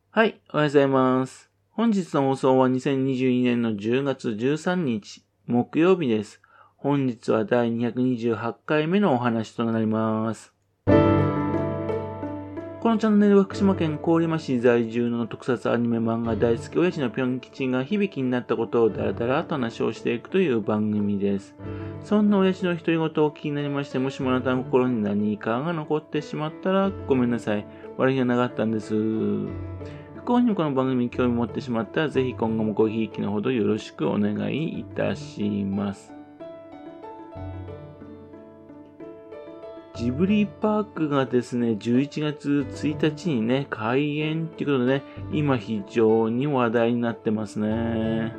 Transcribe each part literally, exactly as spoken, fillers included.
はい、おはようございます。本日の放送はにせんにじゅうにねんのじゅうがつじゅうさんにち、木曜日です。本日はだいにひゃくにじゅうはちかいめのお話となります。このチャンネルは福島県郡山市在住の特撮アニメ漫画大好き親父のぴょん吉が響きになったことをだらだらと話をしていくという番組です。そんな親父の独り言を気になりまして、もしもあなたの心に何かが残ってしまったらごめんなさい。悪気がなかったんです。不幸にもこの番組に興味を持ってしまったら、ぜひ今後もごひいきのほどよろしくお願いいたします。ジブリパークがですね、じゅういちがつついたちにね、開園っていうことでね、今非常に話題になってますね。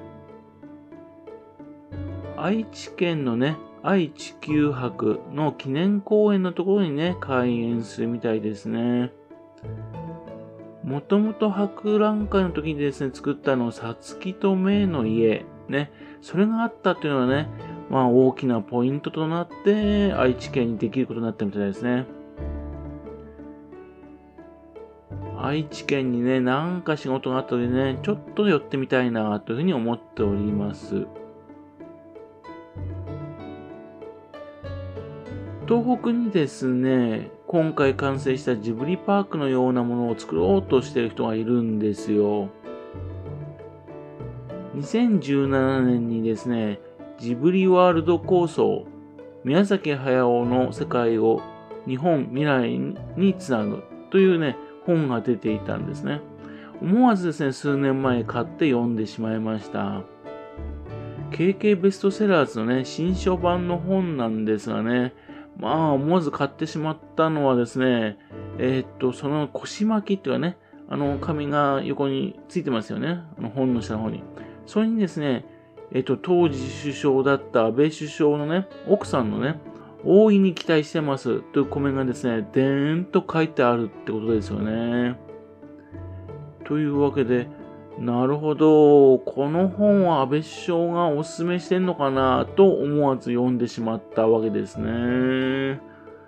愛知県のね、愛・地球博の記念公園のところにね、開園するみたいですね。もともと博覧会の時にですね、作ったの、さつきとめいの家、ね、それがあったっていうのはね、まあ大きなポイントとなって、愛知県にできることになったみたいですね。愛知県にね、なんか仕事があったのでね、ちょっと寄ってみたいなというふうに思っております。東北にですね、今回完成したジブリパークのようなものを作ろうとしている人がいるんですよ。にせんじゅうななねんにですね、ジブリワールド構想、宮崎駿の世界を日本未来につなぐというね、本が出ていたんですね。思わずですね、数年前買って読んでしまいました。ケーケー ベストセラーズのね、新書版の本なんですがね、まあ、思わず買ってしまったのはですね、えー、っと、その腰巻きっていうかね、あの紙が横についてますよね。あの本の下の方に。それにですね、えー、っと、当時首相だった安倍首相のね、奥さんのね、大いに期待してますというコメがですね、でーんと書いてあるってことですよね。というわけで、なるほど。この本は安倍首相がお勧めしてんのかなと思わず読んでしまったわけですね。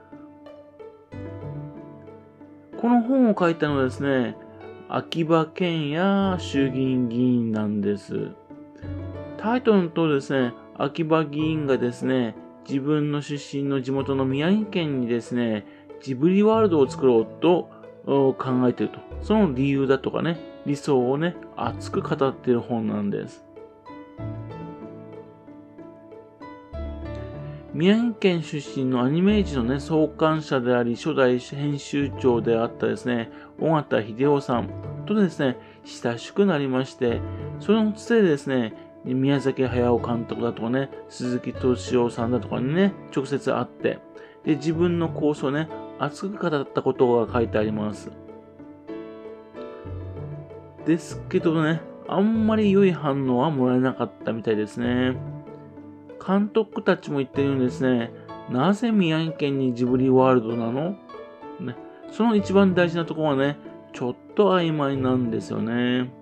この本を書いたのはですね、秋葉賢也衆議院議員なんです。タイトルの通りですね、秋葉議員がですね、自分の出身の地元の宮城県にですね、ジブリワールドを作ろうと考えていると。その理由だとかね、理想をね、熱く語っている本なんです。宮城県出身のアニメージのね、創刊者であり、初代編集長であったですね、尾形秀夫さんとですね、親しくなりまして、そのつてでですね、宮崎駿監督だとかね、鈴木敏夫さんだとかにね、直接会って、で、自分の構想をね、熱く語ったことが書いてあります。ですけどね、あんまり良い反応はもらえなかったみたいですね。監督たちも言ってるようにですね、なぜ宮城県にジブリワールドなの、ね、その一番大事なところはね、ちょっと曖昧なんですよね。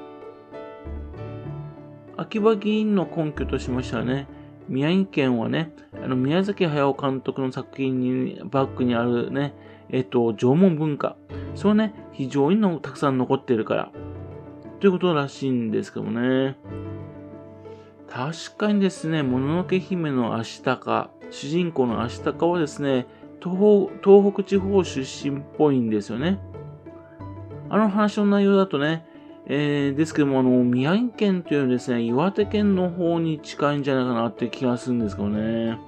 秋葉議員の根拠としましてはね、宮城県はね、あの宮崎駿監督の作品にバックにあるね、えっと、縄文文化。それはね、非常にのたくさん残っているから。ということらしいんですけどもね。確かにですね、もののけ姫のアシタカ、主人公のアシタカはですね、東東北地方出身っぽいんですよね。あの話の内容だとね、えー、ですけども、あの、宮城県というよりですね、岩手県の方に近いんじゃないかなって気がするんですけどね。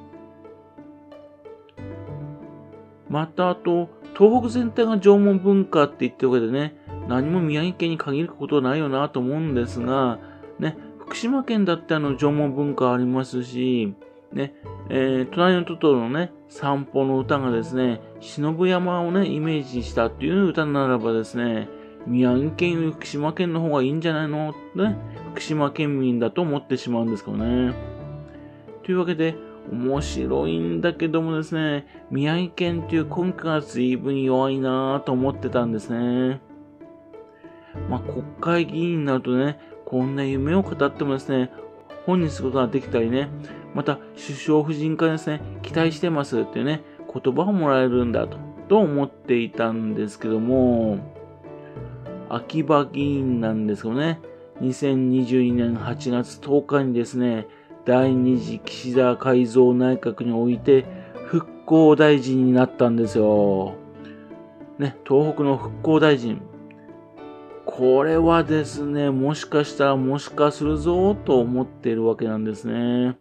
また、あと、東北全体が縄文文化って言ってるわけでね、何も宮城県に限ることはないよなと思うんですが、ね、福島県だってあの縄文文化ありますし、ね、えー、隣のトトロのね、散歩の歌がですね、忍山をね、イメージしたっていう歌ならばですね、宮城県より福島県の方がいいんじゃないのってね、福島県民だと思ってしまうんですけどね。というわけで、面白いんだけどもですね、宮城県という根拠が随分弱いなぁと思ってたんですね。まあ、国会議員になるとね、こんな夢を語ってもですね、本にすることができたりね、また首相夫人からですね、期待してますっていうね、言葉をもらえるんだと、と思っていたんですけども、 秋葉議員なんですけどね、にせんにじゅうにねんはちがつとおかにですね、第二次岸田改造内閣において復興大臣になったんですよ。ね、東北の復興大臣。これはですね、もしかしたらもしかするぞと思っているわけなんですね。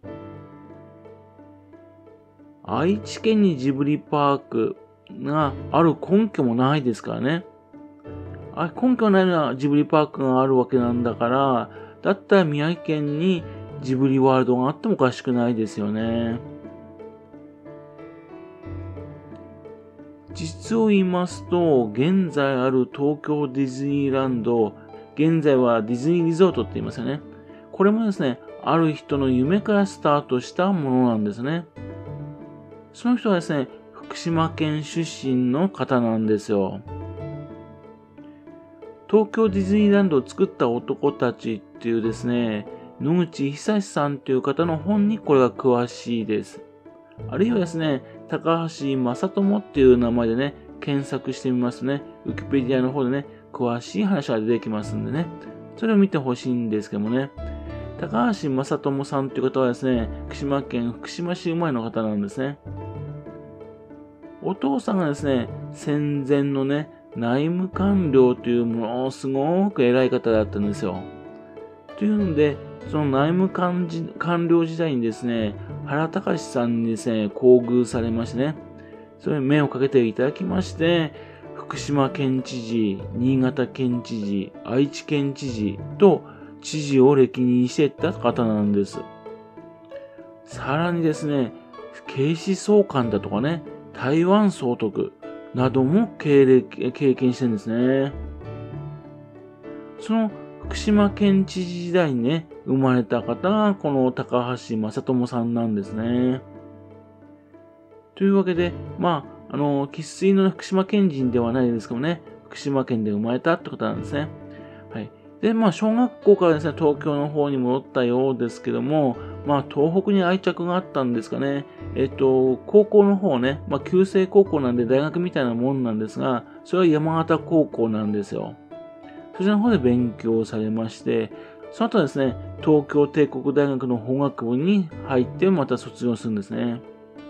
愛知県にジブリパークがある根拠もないですからね。あ、根拠ないのはジブリパークがあるわけなんだから、だったら宮城県にジブリワールドがあってもおかしくないですよね。実を言いますと、現在ある東京ディズニーランド、現在はディズニーリゾートって言いますよね。これもですね、ある人の夢からスタートしたものなんですね。その人はですね、福島県出身の方なんですよ。東京ディズニーランドを作った男たちっていうですね、野口久志さんという方の本にこれが詳しいです。あるいはですね、高橋正智っていう名前でね、検索してみますとね、ウィキペディアの方でね、詳しい話が出てきますんでね、それを見てほしいんですけどもね、高橋正智さんっていう方はですね、福島県福島市生まれの方なんですね。お父さんがですね、戦前のね、内務官僚というものすごく偉い方だったんですよ。というので、その内務官官僚時代にですね、原敬さんにですね、厚遇されましてね、それに目をかけていただきまして、福島県知事、新潟県知事、愛知県知事と知事を歴任していった方なんです。さらにですね、警視総監だとかね、台湾総督なども経歴経験してるんですね。その福島県知事時代にね、生まれた方がこの高橋正智さんなんですね。というわけで、まあ、あの、生粋の福島県人ではないですけどね、福島県で生まれたってことなんですね。はい。で、まあ、小学校からですね、東京の方に戻ったようですけども、まあ、東北に愛着があったんですかね。えっと、高校の方ね、まあ、旧制高校なんで大学みたいなもんなんですが、それは山形高校なんですよ。そちらの方で勉強されまして、その後はですね、東京帝国大学の法学部に入ってまた卒業するんですね。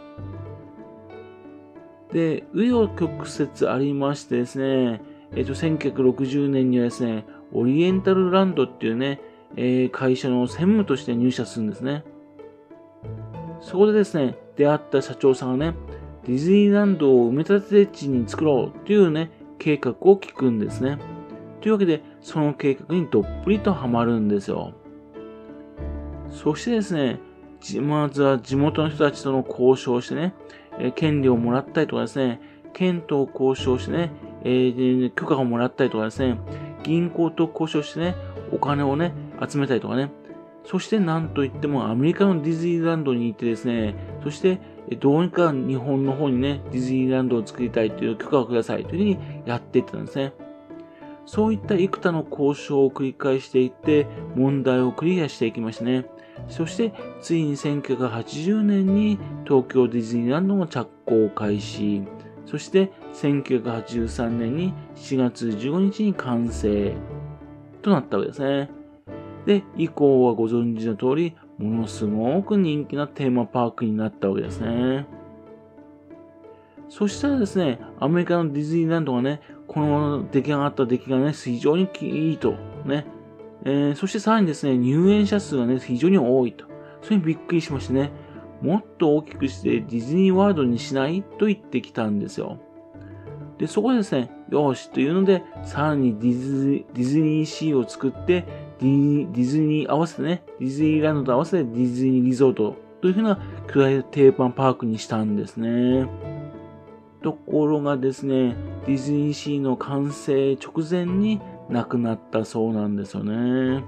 で、紆余曲折ありましてですね、えっと、せんきゅうひゃくろくじゅうねんにはですね、オリエンタルランドっていうね、えー、会社の専務として入社するんですね。そこでですね、出会った社長さんがね、ディズニーランドを埋め立て地に作ろうっていうね、計画を聞くんですね。というわけで、その計画にどっぷりとハマるんですよ。そしてですね、まずは地元の人たちとの交渉をしてね、え権利をもらったりとかですね、県と交渉してね、えー、許可をもらったりとかですね、銀行と交渉してね、お金をね、集めたりとかね、そしてなんといってもアメリカのディズニーランドに行ってですね、そしてどうにか日本の方にね、ディズニーランドを作りたいという許可をくださいというふうにやっていったんですね。そういった幾多の交渉を繰り返していって、問題をクリアしていきましたね。そして、ついにせんきゅうひゃくはちじゅうねんに東京ディズニーランドの着工開始。そして、せんきゅうひゃくはちじゅうさんねんにしがつじゅうごにちに完成となったわけですね。で、以降はご存知の通り、ものすごく人気なテーマパークになったわけですね。そしたらですね、アメリカのディズニーランドがね、この出来上がった出来がね、非常にいいと。ね。えー、そしてさらにですね、入園者数がね、非常に多いと。それにびっくりしましてね、もっと大きくしてディズニーワールドにしないと言ってきたんですよ。で、そこでですね、よしというので、さらにディズディズニーシーを作って、ディディズニー合わせてね、ディズニーランドと合わせてディズニーリゾートというふうな巨大テーマパークにしたんですね。ところがですね、ディズニーシーの完成直前に亡くなったそうなんですよね。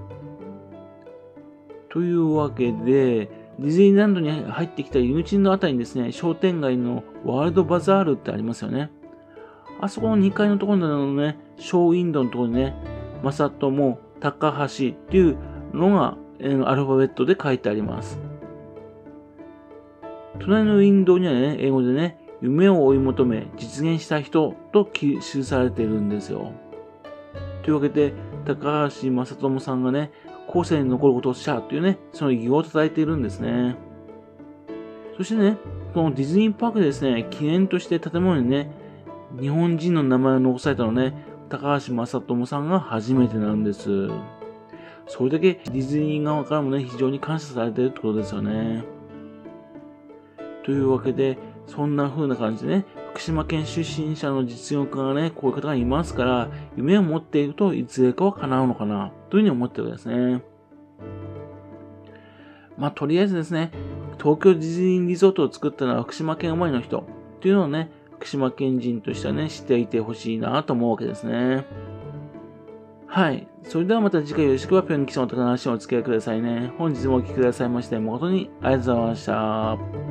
というわけで、ディズニーランドに入ってきた入り口のあたりにですね、商店街のワールドバザールってありますよね。あそこのにかいのところのね、ショーウィンドウのところにね、まさとも、高橋っていうのが、えー、アルファベットで書いてあります。隣のウィンドウにはね、英語でね、夢を追い求め実現した人と記されているんですよ。 というわけで、高橋正智さんがね、後世に残ることをしたというね、その偉業を叩いているんですね。そしてね、このディズニーパークでですね、記念として建物にね、日本人の名前を残されたのね、高橋正智さんが初めてなんです。それだけディズニー側からもね、非常に感謝されているってことですよね。というわけで、そんな風な感じでね、福島県出身者の実業家がね、こういう方がいますから、夢を持っているといずれかは叶うのかな、というふうに思ってるわけですね。まあ、とりあえずですね、東京ディズニーリゾートを作ったのは福島県生まれの人っていうのをね、福島県人としてはね、知っていてほしいなと思うわけですね。はい。それではまた次回よろしくはぴょん吉のお話をお付き合いくださいね。本日もお聞きくださいまして誠にありがとうございました。